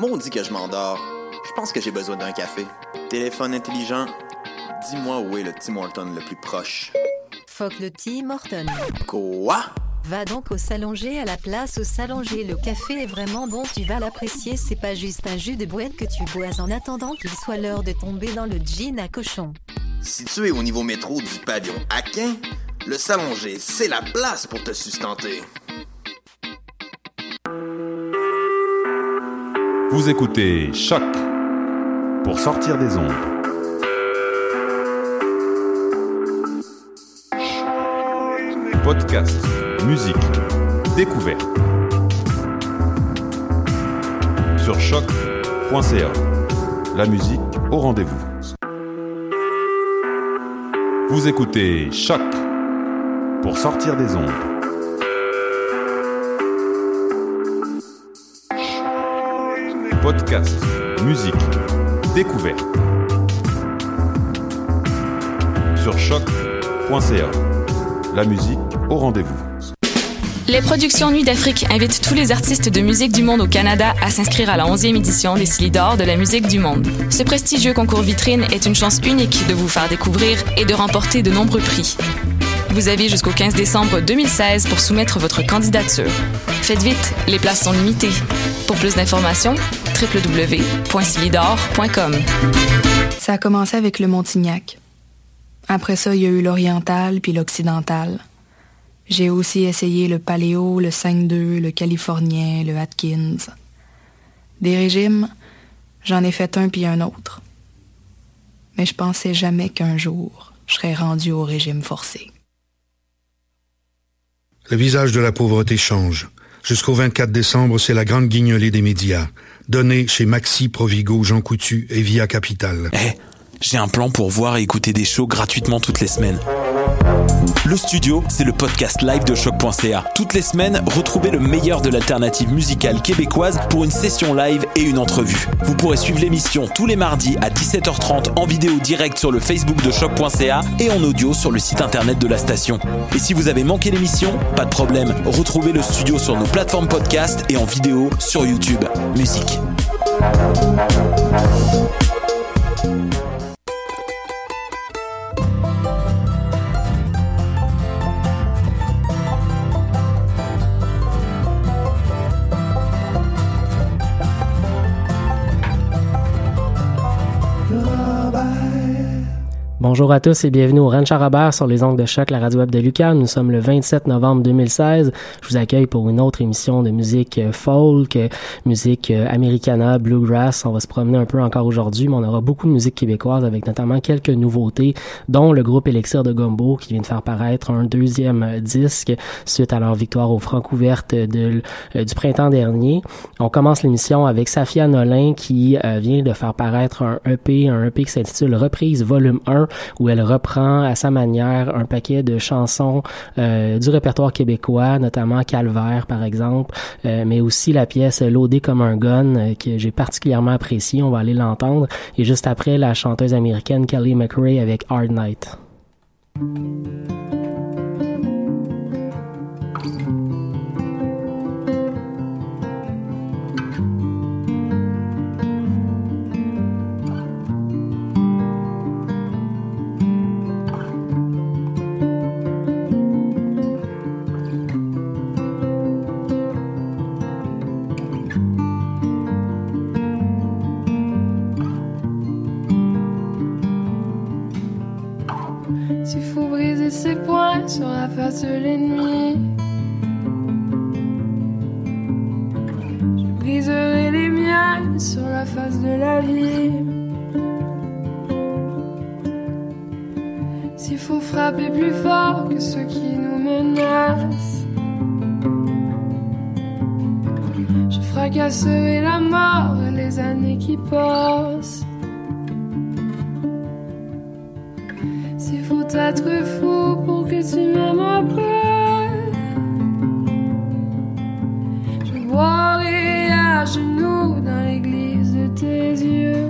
Maudit que je m'endors. Je pense que j'ai besoin d'un café. Téléphone intelligent, dis-moi où est le Tim Hortons le plus proche. Fuck le Tim Hortons. Quoi? Va donc au Salonger à la place au Salonger. Le café est vraiment bon, tu vas l'apprécier. C'est pas juste un jus de boîte que tu bois en attendant qu'il soit l'heure de tomber dans le gin à cochon. Situé au niveau métro du pavillon Aquin, le Salonger, c'est la place pour te sustenter. Vous écoutez Choc pour sortir des ondes. Podcast, musique, découverte. Sur choc.ca. La musique au rendez-vous. Vous écoutez Choc pour sortir des ondes. Podcast, musique, découverte. Sur choc.ca. La musique au rendez-vous. Les productions Nuit d'Afrique invitent tous les artistes de musique du monde au Canada à s'inscrire à la 11e édition des Silly d'or de la musique du monde. Ce prestigieux concours vitrine est une chance unique de vous faire découvrir et de remporter de nombreux prix. Vous avez jusqu'au 15 décembre 2016 pour soumettre votre candidature. Faites vite, les places sont limitées. Pour plus d'informations, www.silidor.com. Ça a commencé avec le Montignac. Après ça, il y a eu l'oriental puis l'occidental. J'ai aussi essayé le paléo, le 5-2, le californien, le Atkins. Des régimes, j'en ai fait un puis un autre. Mais je pensais jamais qu'un jour, je serais rendu au régime forcé. Le visage de la pauvreté change. Jusqu'au 24 décembre, c'est la grande guignolée des médias. Donnée chez Maxi, Provigo, Jean Coutu et Via Capital. J'ai un plan pour voir et écouter des shows gratuitement toutes les semaines. Le Studio, c'est le podcast live de choc.ca. Toutes les semaines, retrouvez le meilleur de l'alternative musicale québécoise pour une session live et une entrevue. Vous pourrez suivre l'émission tous les mardis à 17h30 en vidéo directe sur le Facebook de choc.ca et en audio sur le site internet de la station. Et si vous avez manqué l'émission, pas de problème, retrouvez le Studio sur nos plateformes podcast et en vidéo sur YouTube. Musique. Bonjour à tous et bienvenue au Ranch à Robert sur les ondes de Choc, la radio web de l'UQAM. Nous sommes le 27 novembre 2016. Je vous accueille pour une autre émission de musique folk, musique americana, bluegrass. On va se promener un peu encore aujourd'hui, mais on aura beaucoup de musique québécoise avec notamment quelques nouveautés, dont le groupe Élixir de Gumbo qui vient de faire paraître un deuxième disque suite à leur victoire aux Francouvertes du printemps dernier. On commence l'émission avec Safia Nolin qui vient de faire paraître un EP qui s'intitule Reprise Volume 1, où elle reprend à sa manière un paquet de chansons du répertoire québécois, notamment Calvaire par exemple, mais aussi la pièce Loadé comme un gun que j'ai particulièrement appréciée. On va aller l'entendre. Et juste après, la chanteuse américaine Kelly McRae avec Hard Night. Ses poings sur la face de l'ennemi. Je briserai les miens sur la face de la vie. S'il faut frapper plus fort que ceux qui nous menacent, je fracasserai la mort et les années qui passent. S'il faut être fou pour que tu m'aimes un peu, je boirai à genoux dans l'église de tes yeux.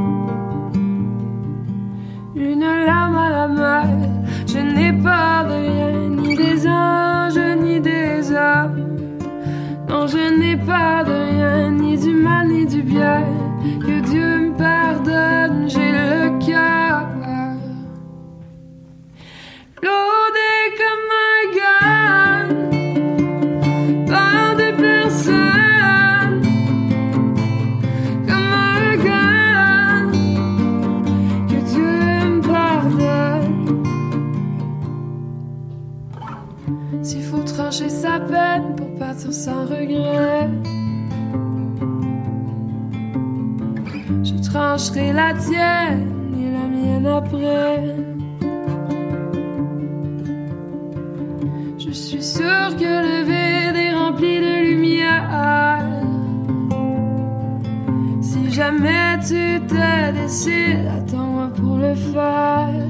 Une lame à la main, je n'ai peur de rien, ni des anges, ni des hommes. Non, je n'ai peur de rien, ni du mal, ni du bien. Que Dieu me pardonne, j'ai le cœur lourdé comme un gun par des personnes, comme un gun. Que Dieu me pardonne. S'il faut trancher sa peine pour partir sans regret, je trancherai la tienne et la mienne après. Je suis sûre que le vide est rempli de lumière. Si jamais tu te décides, attends-moi pour le faire.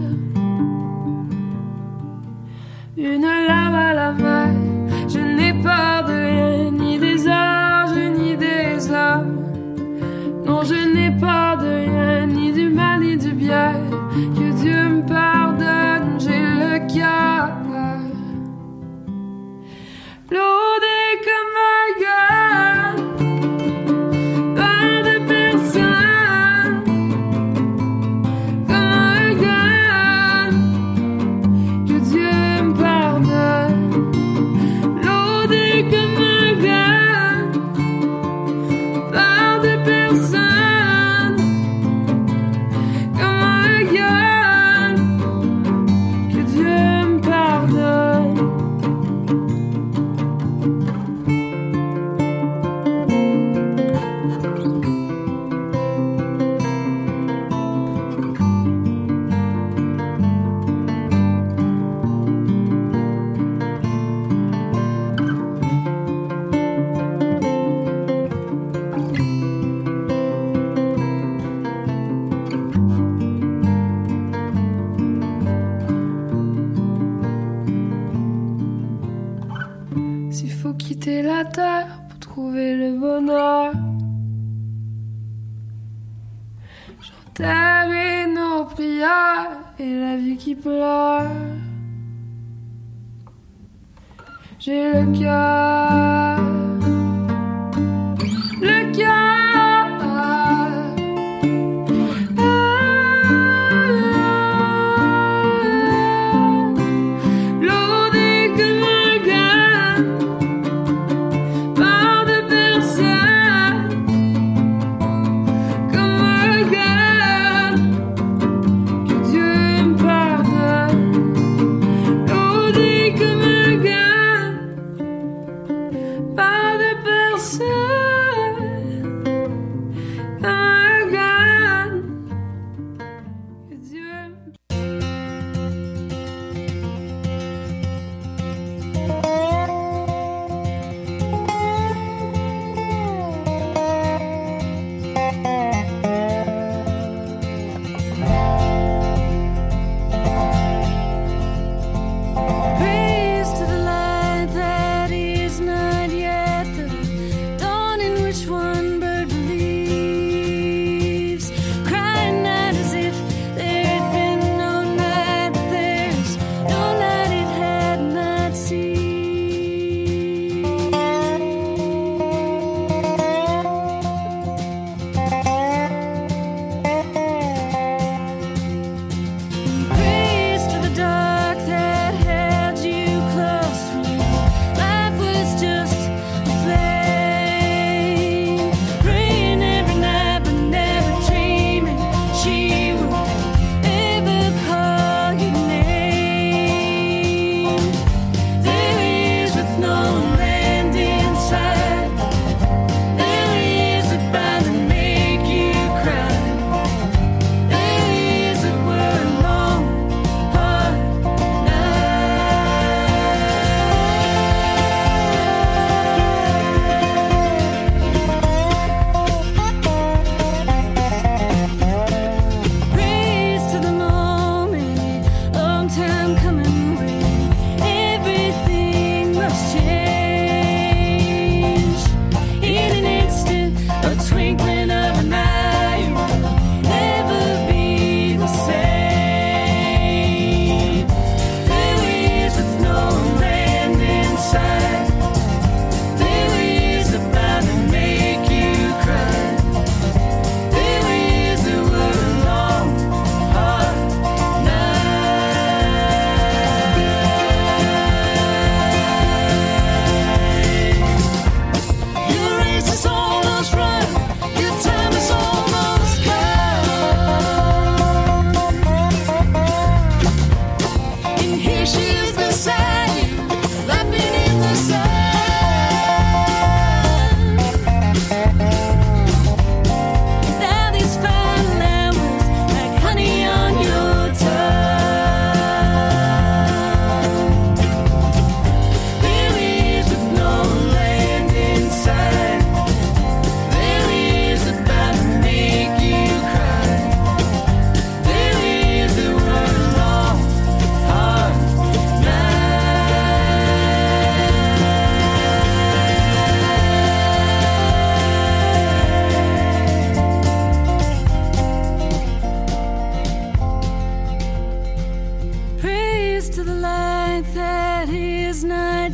Une lame à la main, je n'ai peur de rien, ni des anges, ni des hommes. Non, je n'ai peur de rien, ni du mal, ni du bien. Que Dieu me pardonne, j'ai le cœur lourdé comme un gun par des personnes, comme un gun. Que Dieu me pardonne, lourdé comme un gun par des personnes, comme un gun. Que Dieu me pardonne. S'il faut quitter la terre pour trouver le bonheur, j'enterrerai nos prières et la vie qui pleure. J'ai le cœur lourdé comme un gun par des personnes, comme un gun. Que Dieu me pardonne, lourdé comme un gun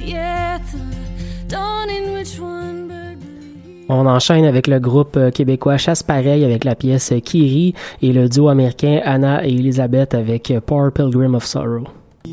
On enchaîne avec le groupe québécois Chasse Pareil avec la pièce Kiri et le duo américain Anna et Elizabeth avec Poor Pilgrim of Sorrow.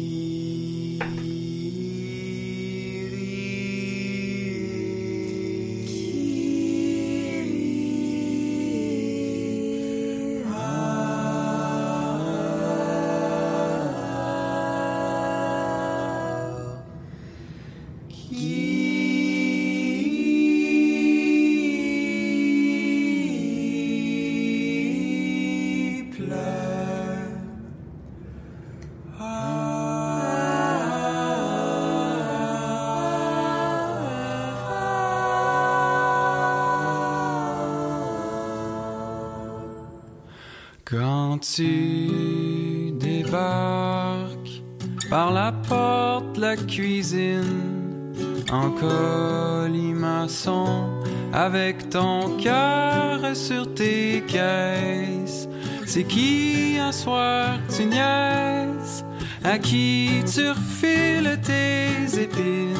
Quand tu débarques par la porte de la cuisine en colimaçon avec ton cœur sur tes caisses, c'est qui un soir tu niaises, à qui tu refiles tes épines?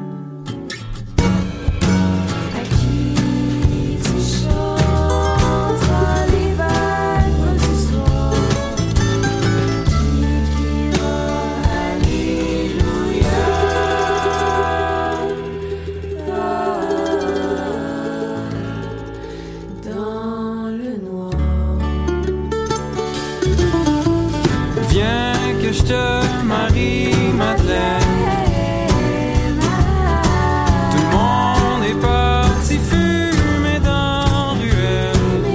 Je te marie, Madeleine. Tout le monde est parti fumer dans ruelle.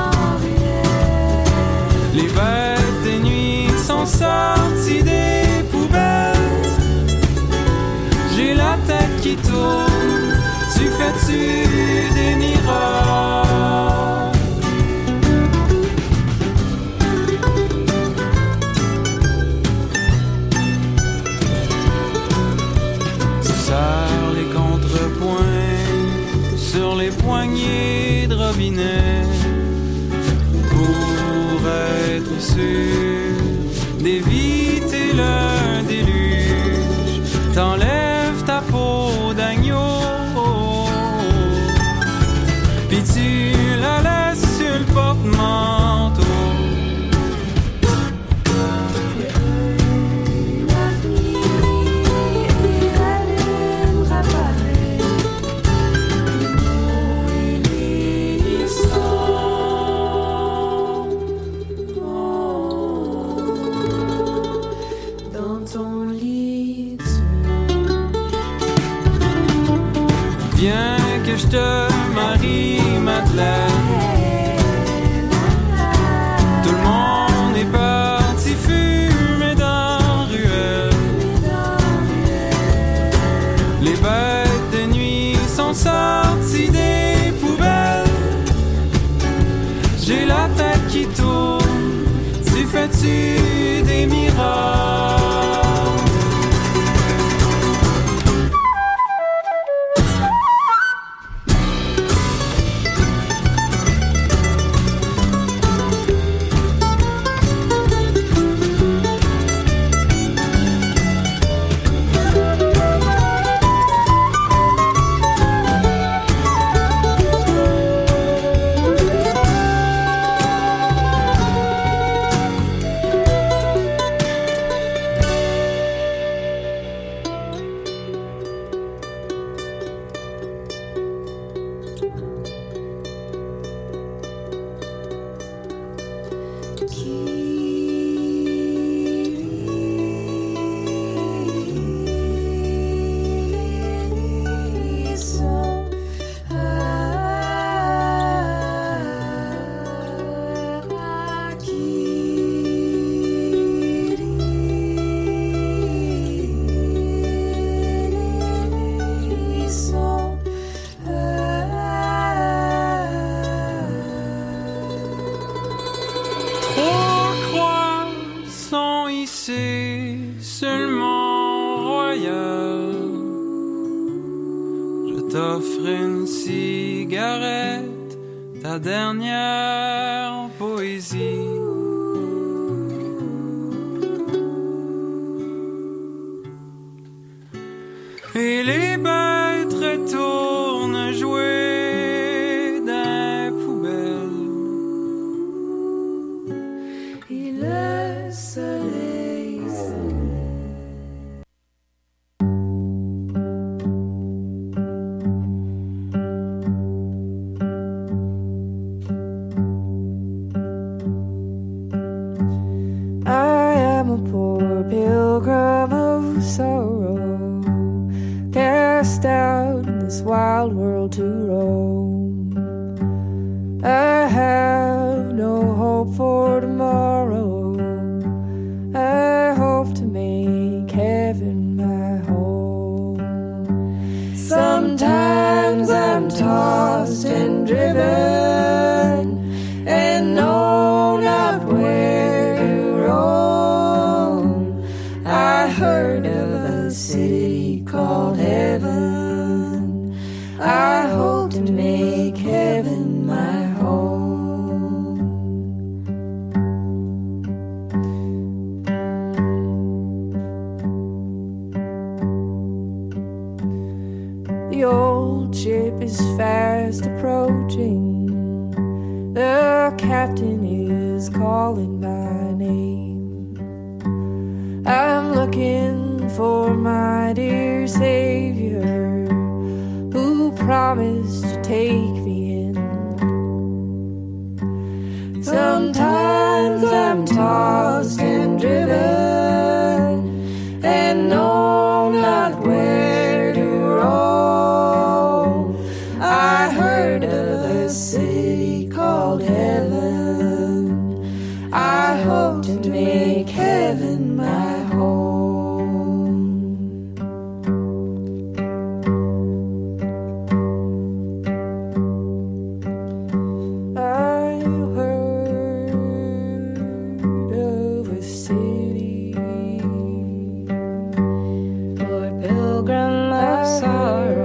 Les bêtes des nuits sont sorties des poubelles. J'ai la tête qui tourne. Tu fais-tu des miracles? Sur les poignées de robinet pour être sûr d'éviter le déluge. T'enlèves ta peau d'agneau puis tu la laisses sur le porte-manteau. Que je te marie, Madeleine. Tout le monde est parti fumer dans ruelle. Les bêtes de nuit sont sorties des poubelles. J'ai la tête qui tourne. Tu fais-tu des miracles? T'offre une cigarette, ta dernière poésie. et les bêtes retournent jouer dans la poubelle. Et le soleil se a poor pilgrim of sorrow, cast out in this wild world to roam. I have no hope for tomorrow. I hope to make heaven my home. Sometimes I'm tossed and driven and know not where to roam. I heard of a city called heaven. I hope to make heaven my home. The old ship is fast approaching. The captain is calling my name. I'm looking for my dear Savior, who promised to take me in. Sometimes I'm tossed and driven and know not where to roam. I heard of a city called heaven. I hope to make heaven my home. I heard of a city for pilgrim of sorrow.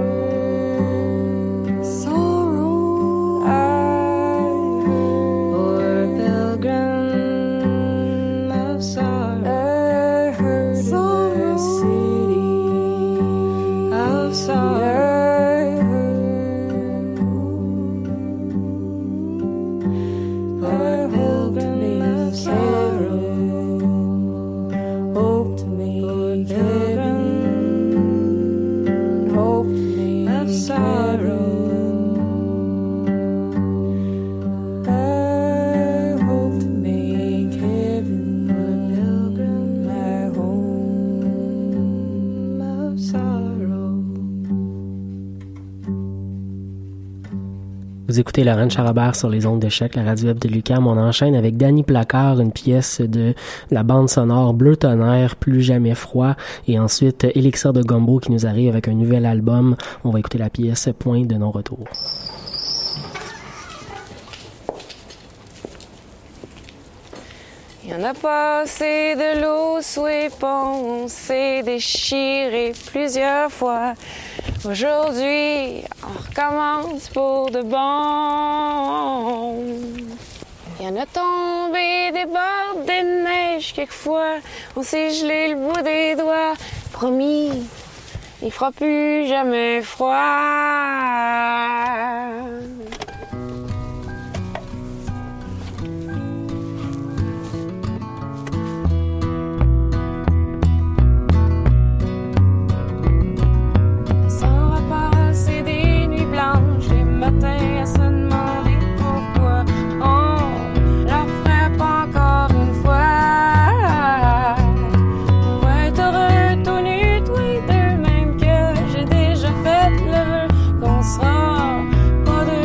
Vous écoutez Laurent Charabert sur les ondes de choc, la radio web de l'UQAM. On enchaîne avec Danny Placard, une pièce de la bande sonore Bleu Tonnerre, Plus jamais froid. Et ensuite, Elixir de Gumbo qui nous arrive avec un nouvel album. On va écouter la pièce Point de non-retour. Il y en a passé de l'eau sous les ponts, on s'est déchiré plusieurs fois. Aujourd'hui, on recommence pour de bon. Il y en a tombé des bords de neige quelquefois, on s'est gelé le bout des doigts. Promis, il fera plus jamais froid. À se demander pourquoi on leur ferait pas encore une fois. On va être heureux tout nu, tous les deux, même que j'ai déjà fait le vœu qu'on sera pas de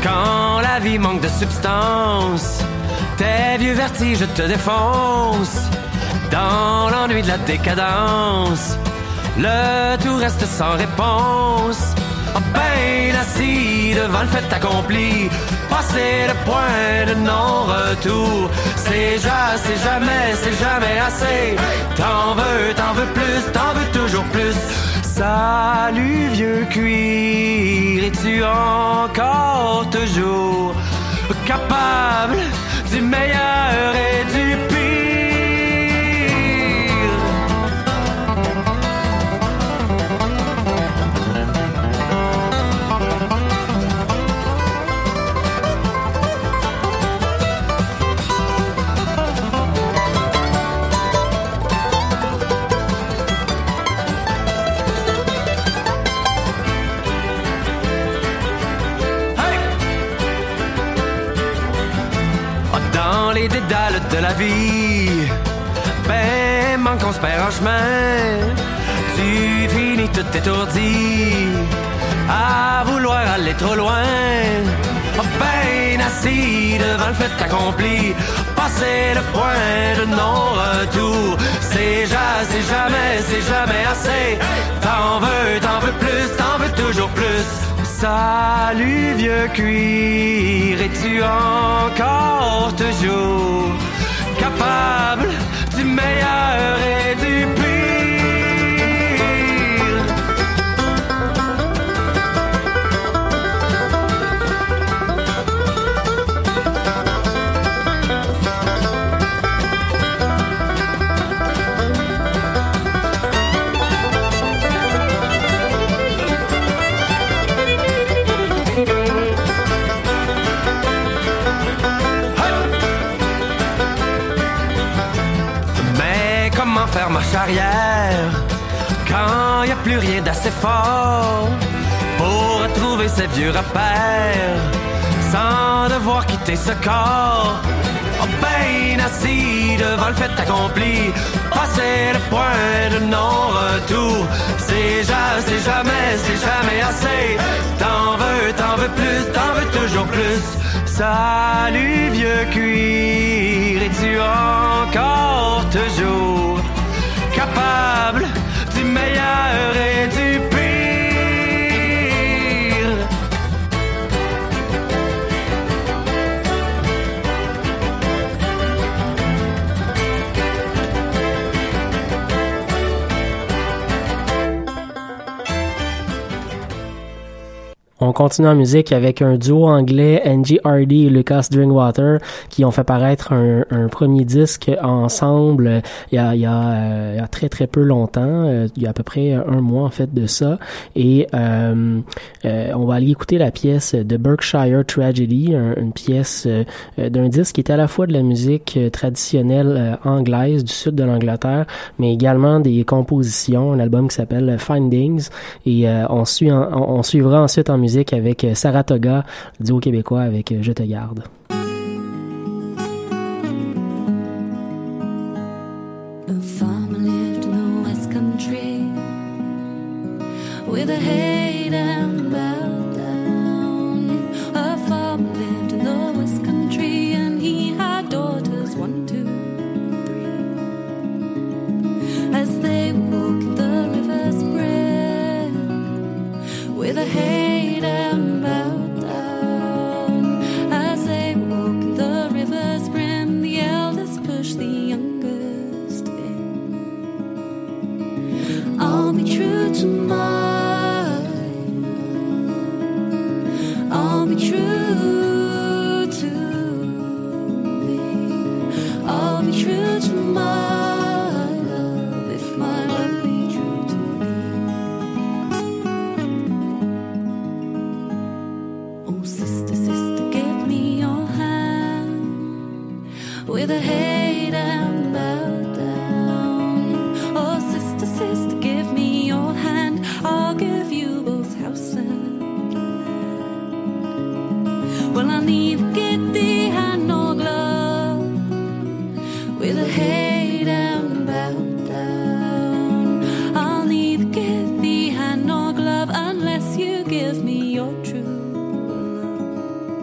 Quand la vie manque de substance, tes vieux vertiges te défoncent. Dans l'ennui de la décadence, le tout reste sans réponse. Ben assis devant le fait accompli, passer le point de non-retour. C'est jamais assez. T'en veux plus, t'en veux toujours plus. Salut vieux cuir, es-tu encore toujours capable du meilleur et du pire? Les dédales de la vie, ben manque on se perd en chemin. Tu finis tout étourdi à vouloir aller trop loin. Ben assis devant le fait accompli, passer le point de non-retour. C'est jamais assez. T'en veux plus, t'en veux toujours plus. Salut vieux cuir, es-tu encore toujours capable du meilleur et du pire? Faire marche arrière quand y a plus rien d'assez fort pour retrouver ses vieux repères sans devoir quitter ce corps. Ben assis devant le fait accompli, passer le point de non-retour. C'est jamais assez. T'en veux plus, t'en veux toujours plus. Salut vieux cuir, es-tu encore toujours capable du meilleur et du pire? On continue en musique avec un duo anglais, Angie Hardy et Lucas Drinkwater, qui ont fait paraître un premier disque ensemble il y a très très peu longtemps, il y a à peu près un mois en fait de ça. Et on va aller écouter la pièce de Berkshire Tragedy, une pièce d'un disque qui est à la fois de la musique traditionnelle anglaise du sud de l'Angleterre, mais également des compositions, un album qui s'appelle Findings. Et on suivra ensuite en musique avec Saratoga, duo québécois avec Je te garde. A farmer lived in the West Country with a hate and bow down. A farmer lived in the West Country and he had daughters 1, 2, 3. As they walked the river's brim with a hate and bow down. As they walked the river's brim, the eldest pushed the youngest in. I'll be true to mine. I'll be true to thee. I'll be true to my love if my love be true to me. Oh sister, sister, give me your hand with a hate and bow down. Oh sister, sister, give me your hand. I'll give you both house and land. Well, I neither get thee hand nor glove with a hate and bow down. I'll neither get thee hand nor glove unless you give me your true love.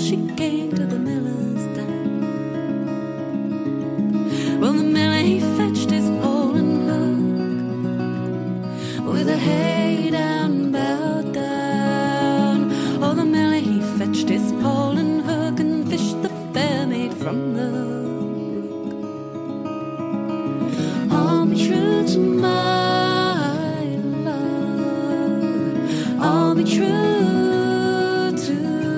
she came to the miller's den. Well, the miller he fetched his pole and hook with a hay down, bowed down. Oh, the miller he fetched his pole and hook and fished the fair maid from the brook. I'll be true to my love, I'll be true to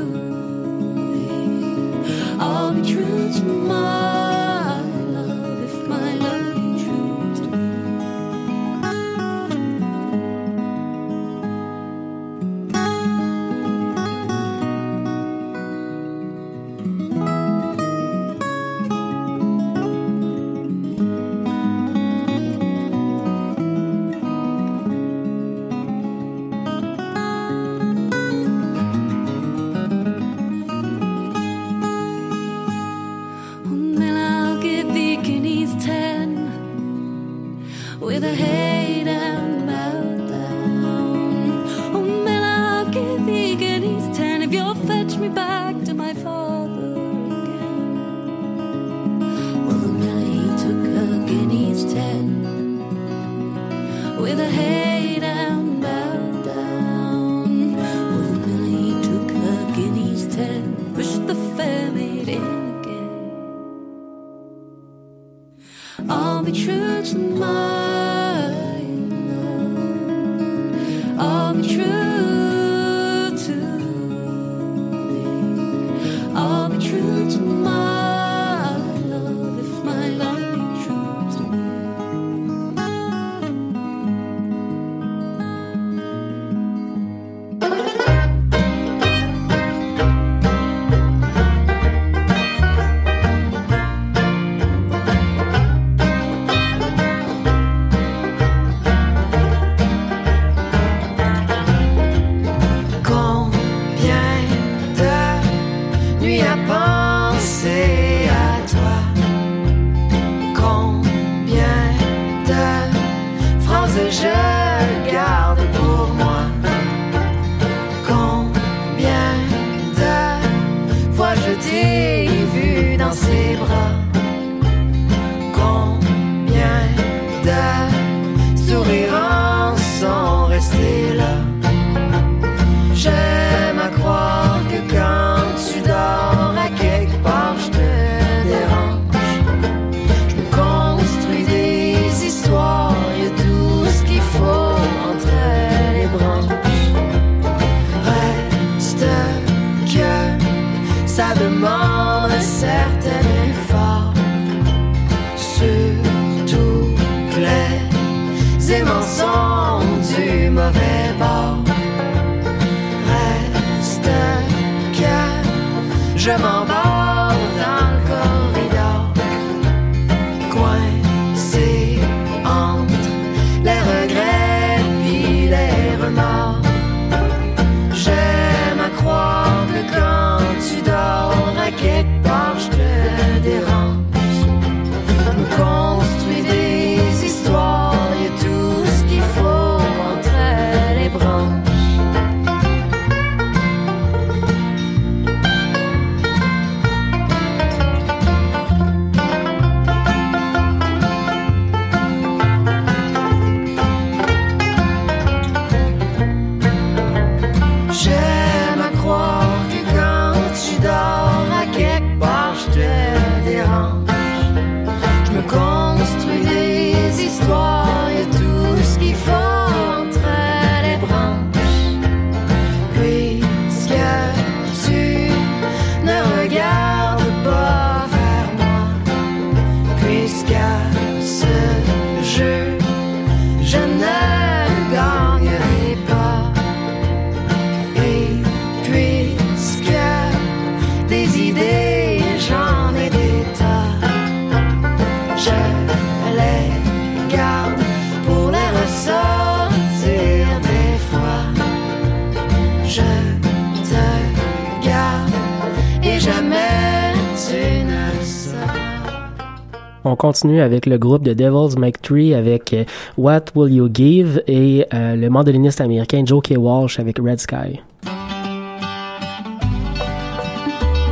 thee, I'll be true to my love if my love be true to me. With a hay down, bowed down. Oh, man, I'll give thee guineas 10 if you'll fetch me back to my father again. Well, the miller, he took her guineas 10 with a hay down, bowed down. Well, the miller, he took her guineas 10, pushed the fair maid in again. I'll be true to my I'll be true to thee, I'll be true to my love if my love be true to me. Je m'embarque dans le corridor, coincé entre les regrets puis les remords. J'aime à croire que quand tu dors à quelque part, je te dérange. Je me construis des histoires, y a tout ce qu'il faut entre les branches. On continue avec le groupe de Devil's Make 3 avec What Will You Give et le mandoliniste américain Joe K. Walsh avec Red Sky.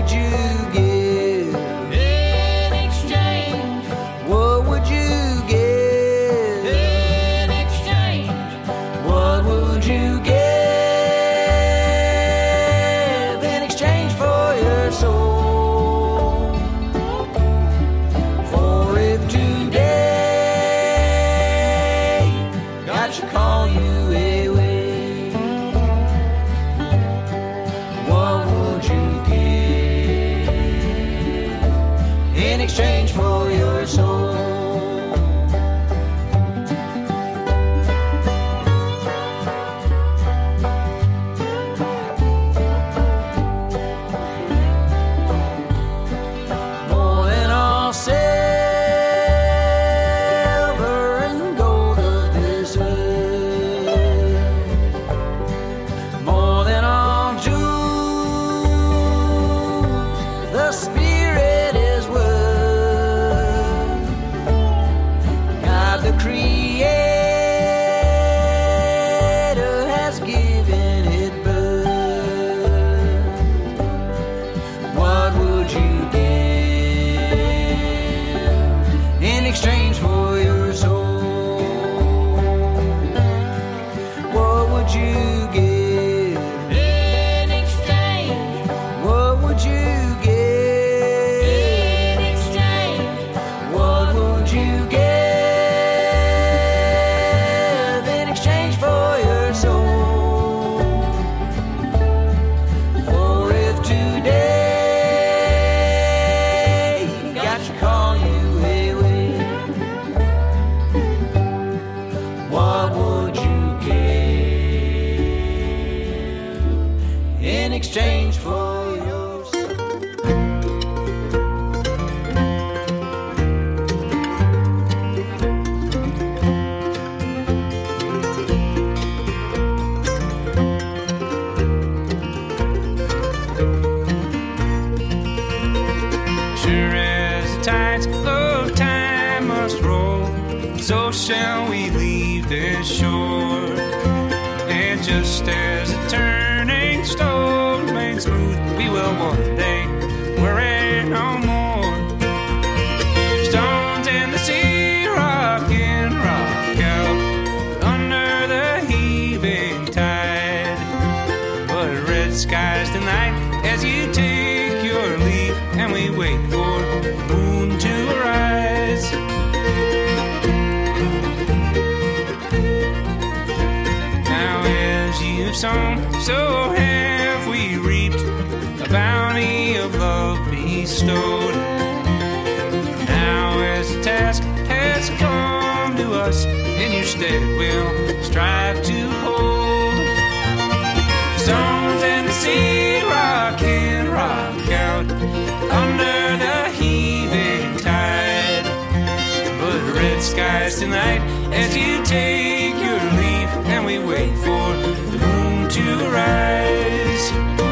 would you give in exchange? What would you give in exchange? What would you give in exchange for your soul? For if today God should call you away, what would you give in exchange for your soul? More than all silver and gold of this earth, more than all jewels, the Spirit is worth. God the Creator has given it birth. What would you give in exchange for your soul? What would you give in exchange? What would you give in exchange? What would you give in exchange for your soul? For if today God should call you away, what would you give in exchange for your soul? Sure as the tides of time must roll, so shall we leave this shore. And just as a turning stone made smooth, we will one day worry no more. Stones in the sea rock and rock out under the heaving tide. But red skies tonight as you take your leave, and we wait for the moon to rise. Now as you've sown, so have we reaped a bounty of love bestowed. Now as the task has come to us, in your stead we'll strive to hold. Stones in the sea rock and rock out under the heaving tide. But red skies tonight as you take your leave, and we wait for the moon to rise.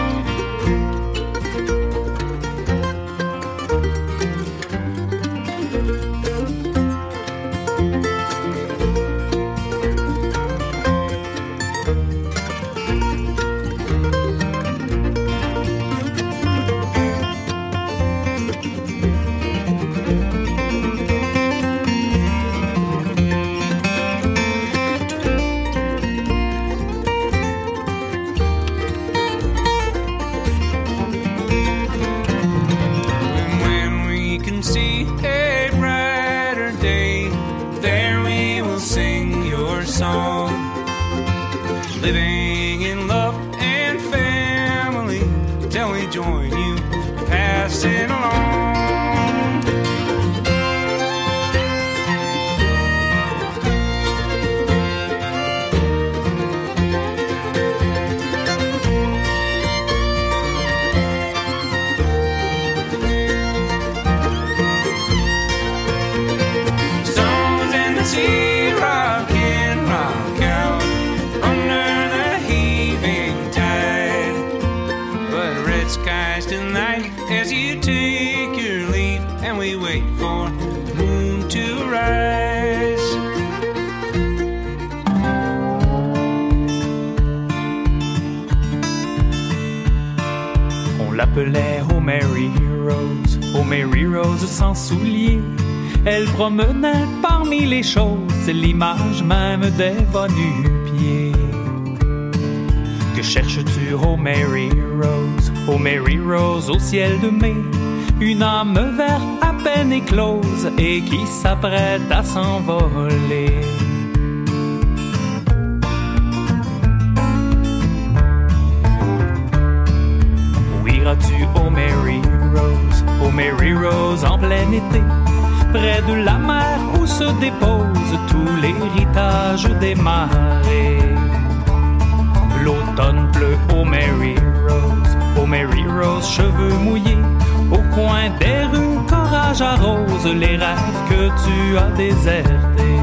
Living in love and family till we join you passing along. Stones in the sea rock and rock out under the heaving tide. But red skies tonight as you take your leave, and we wait for the moon to rise. l'appelais Oh Mary Rose, Oh Mary Rose sans souliers. Elle promenait parmi les choses l'image même des va nu-pieds. Que cherches-tu, Oh Mary Rose, Oh Mary Rose au ciel de mai? Une âme verte à peine éclose et qui s'apprête à s'envoler. Où iras-tu, Oh Mary Rose, Oh Mary Rose en plein été? Près de la mer où se dépose tout l'héritage des marées. L'automne pleut, Oh Mary Rose, Oh Mary Rose, cheveux mouillés. Au coin des rues, qu'orage arrose les rêves que tu as désertés.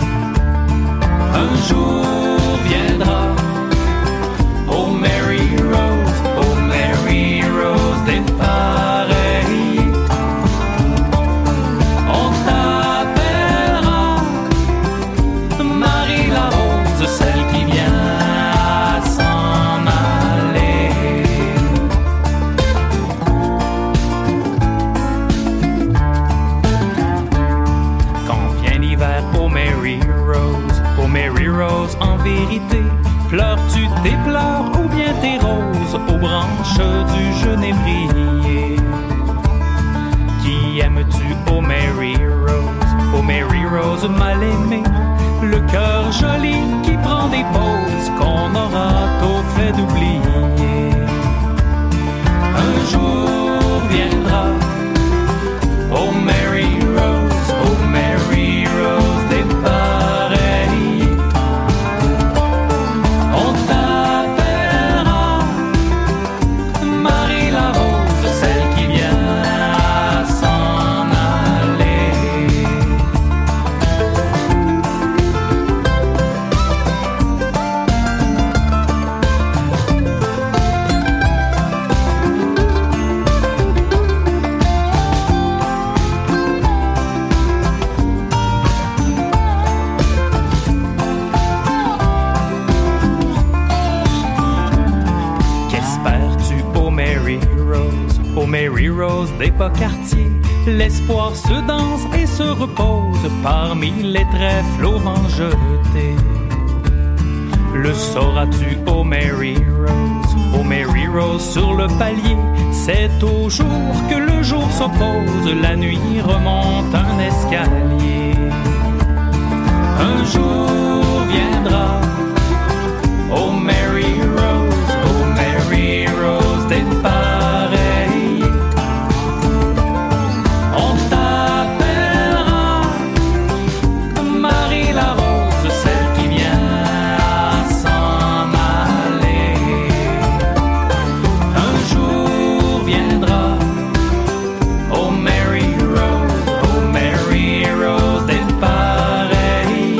Un jour viendra, Oh Mary Rose, Oh Mary Rose des pareils. On t'appellera Marie la Rose, celle qui vient à s'en aller. Quand vient l'hiver, Oh Mary Rose, Oh Mary Rose, en vérité, pleures-tu tes pleurs ou bien tes roses aux branches du genévrier? Qui aimes-tu, Oh Mary Rose, Oh Mary Rose mal aimée? Le cœur joli qui prend des pauses qu'on aura tôt fait d'oublier. Un jour viendra, Oh Mary Rose, Oh Mary Rose des pareils. On t'appellera Marie la Rose, celle qui vient à s'en aller. Qu'espères-tu, Oh Mary Rose, Oh Mary Rose des Beaux-Quartiers? L'espoir se danse et se repose parmi les trèfles au vent jeté. Le sauras-tu, Oh Mary Rose, Oh Mary Rose sur le palier? C'est au jour que le jour s'oppose, la nuit remonte un escalier. Un jour viendra, Oh Mary Rose, Oh Mary Rose des pareils. On t'appellera Marie la Rose, celle qui vient à s'en aller. Un jour viendra, Oh Mary Rose, Oh Mary Rose des pareils.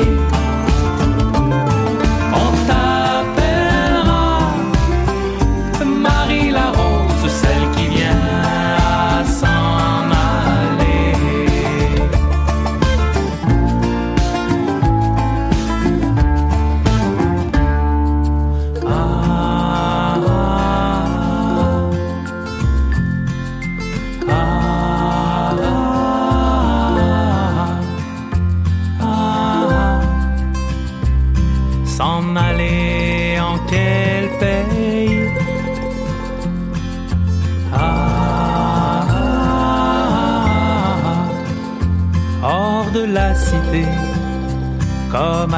On t'appellera Marie la Rose, celle qui vient à s'en aller. S'en aller en quel pays? Hors de la cité, comme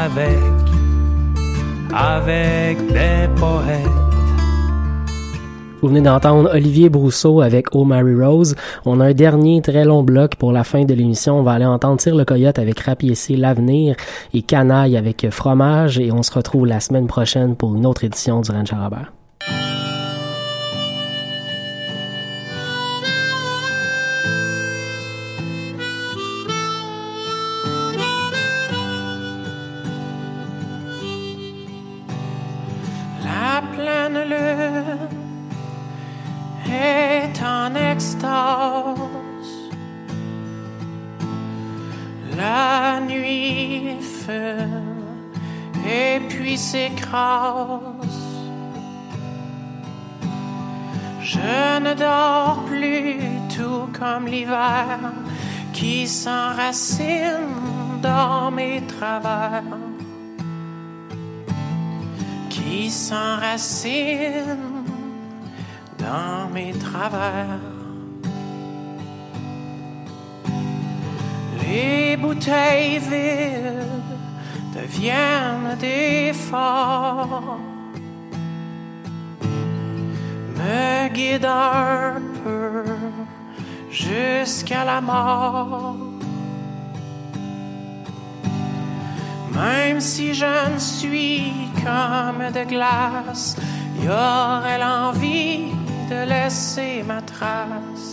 avec des poètes. Vous venez d'entendre Olivier Brousseau avec Oh Mary Rose. On a un dernier très long bloc pour la fin de l'émission. On va aller entendre Tire le Coyote avec Rapiécé, L'Avenir et Canaille avec Fromage. Et on se retrouve la semaine prochaine pour une autre édition du Ranch à Robert. La pleine lune est en extase. La nuit fume et puis s'écrase. Je ne dors plus tout comme l'hiver qui s'enracine dans mes travers, qui s'enracine dans mes travers. Les bouteilles vides deviennent des forts, me guident un peu jusqu'à la mort. Même si je ne suis comme de glace, y aurait l'envie de laisser ma trace.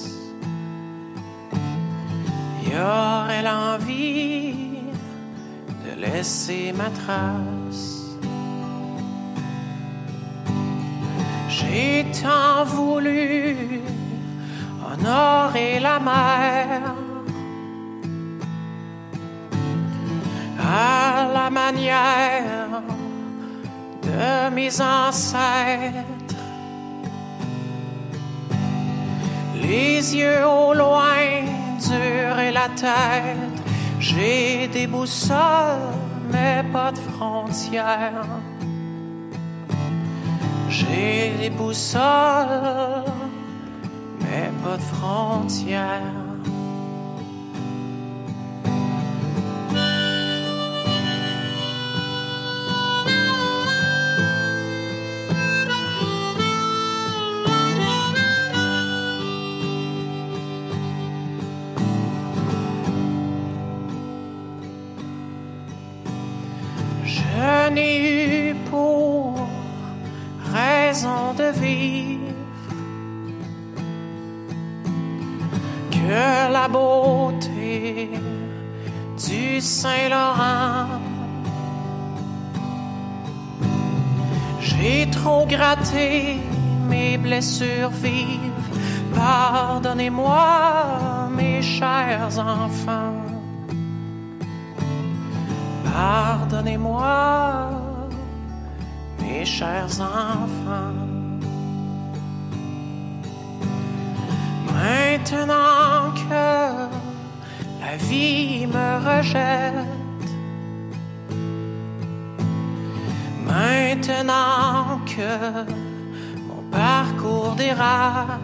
Y aurait l'envie de laisser ma trace. J'ai tant voulu honorer la mer à la manière de mes ancêtres. Les yeux au loin, dur et la tête, j'ai des boussoles mais pas de frontières. J'ai des boussoles mais pas de frontières. Je n'ai eu pour raison de vivre que la beauté du Saint-Laurent. J'ai trop gratté mes blessures vives. Pardonnez-moi, mes chers enfants. Pardonnez-moi, mes chers enfants. Maintenant que la vie me rejette, maintenant que mon parcours dérape,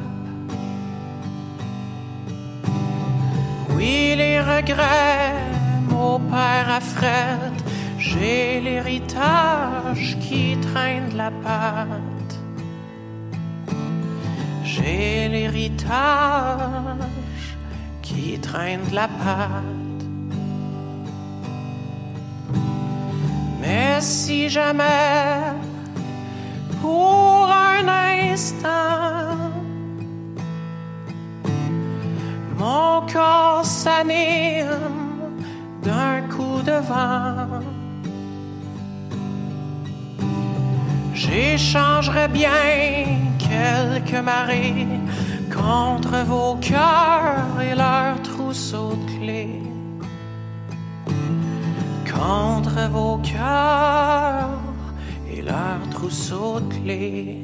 oui, les regrets m'opèrent à fret, j'ai l'héritage qui traîne de la patte. J'ai l'héritage qui traîne de la patte. Mais si jamais, pour un instant, mon corps s'anime d'un coup de vent, j'échangerais bien quelques marées contre vos cœurs et leurs trousseaux de clés. Contre vos cœurs et leurs trousseaux de clés.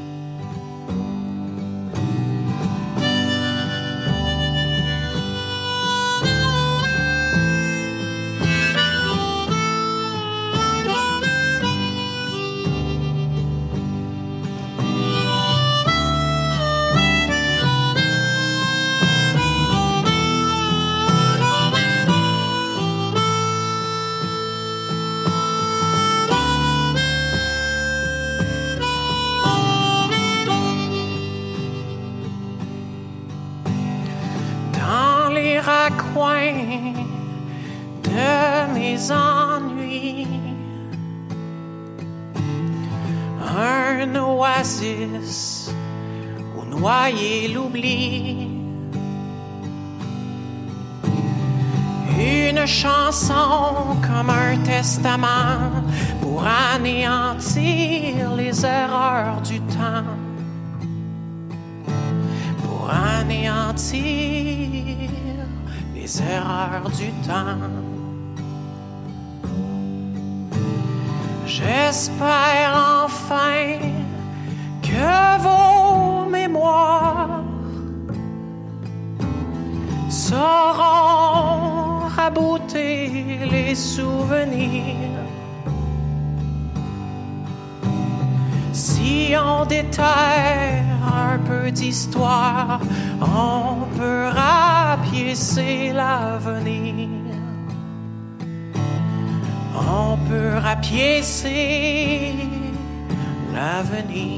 Raccoins de mes ennuis, un oasis où noyer l'oubli, une chanson comme un testament pour anéantir les erreurs du temps, pour anéantir les erreurs du temps. J'espère enfin que vos mémoires sauront rabouter les souvenirs. Si on déterre un peu d'histoire, on peut rapiécer l'avenir. On peut rapiécer l'avenir.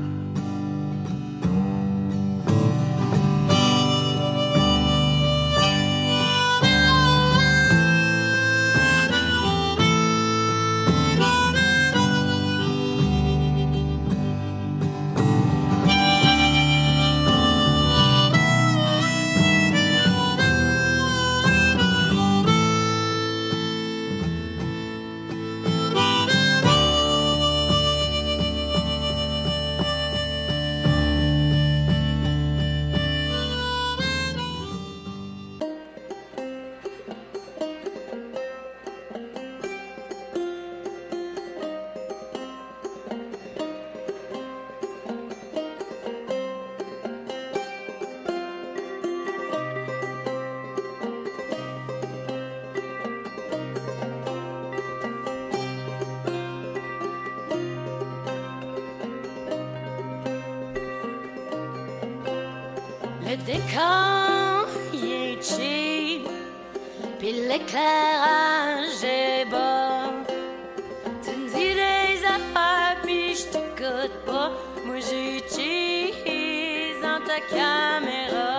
Le décor il est cheap, puis l'éclairage est bas. Tu me dis des affaires, puis je t'écoute pas. Moi j'ai cheese dans ta caméra.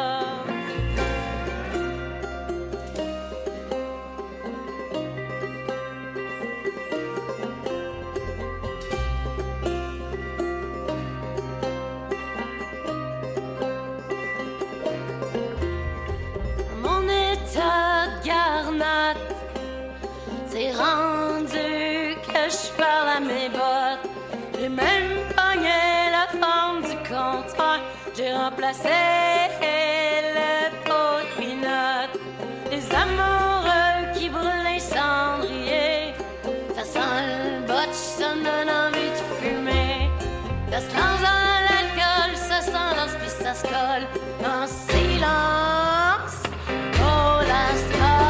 C'est rendu que je parle à mes bottes. J'ai même pogné la forme du comptoir. J'ai remplacé le pot de peanut. Les amoureux qui brûlent les cendriers. Ça sent le botch, ça me donne envie de fumer. Ça se lance dans l'alcool, ça s'enlance puis ça se colle. En silence, oh la star.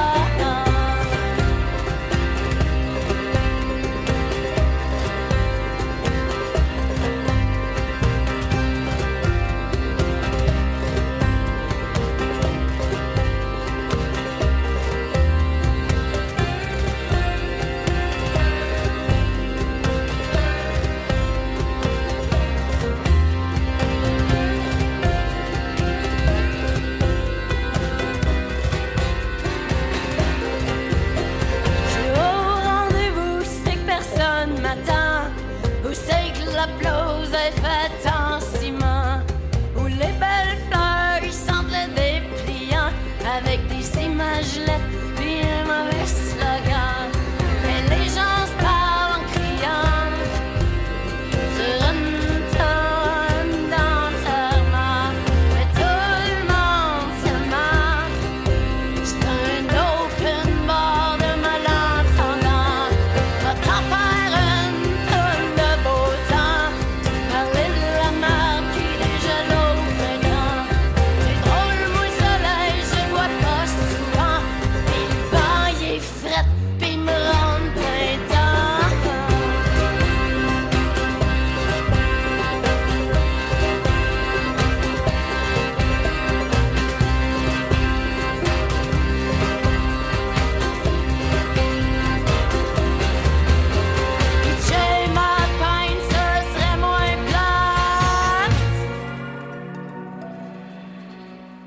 L'applause est faite en ciment, où les belles fleurs sentent le dépliant, avec des images lettres puis un mauvais slogan. Mais les gens se parlent en criant sur une tonne d'enterrement. Mais tout le monde se marre, c'est un open bar de malentendants. Va t'en faire une tonne de beau temps.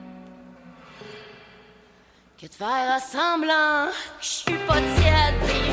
Que de faire semblant que je suis pas tiède.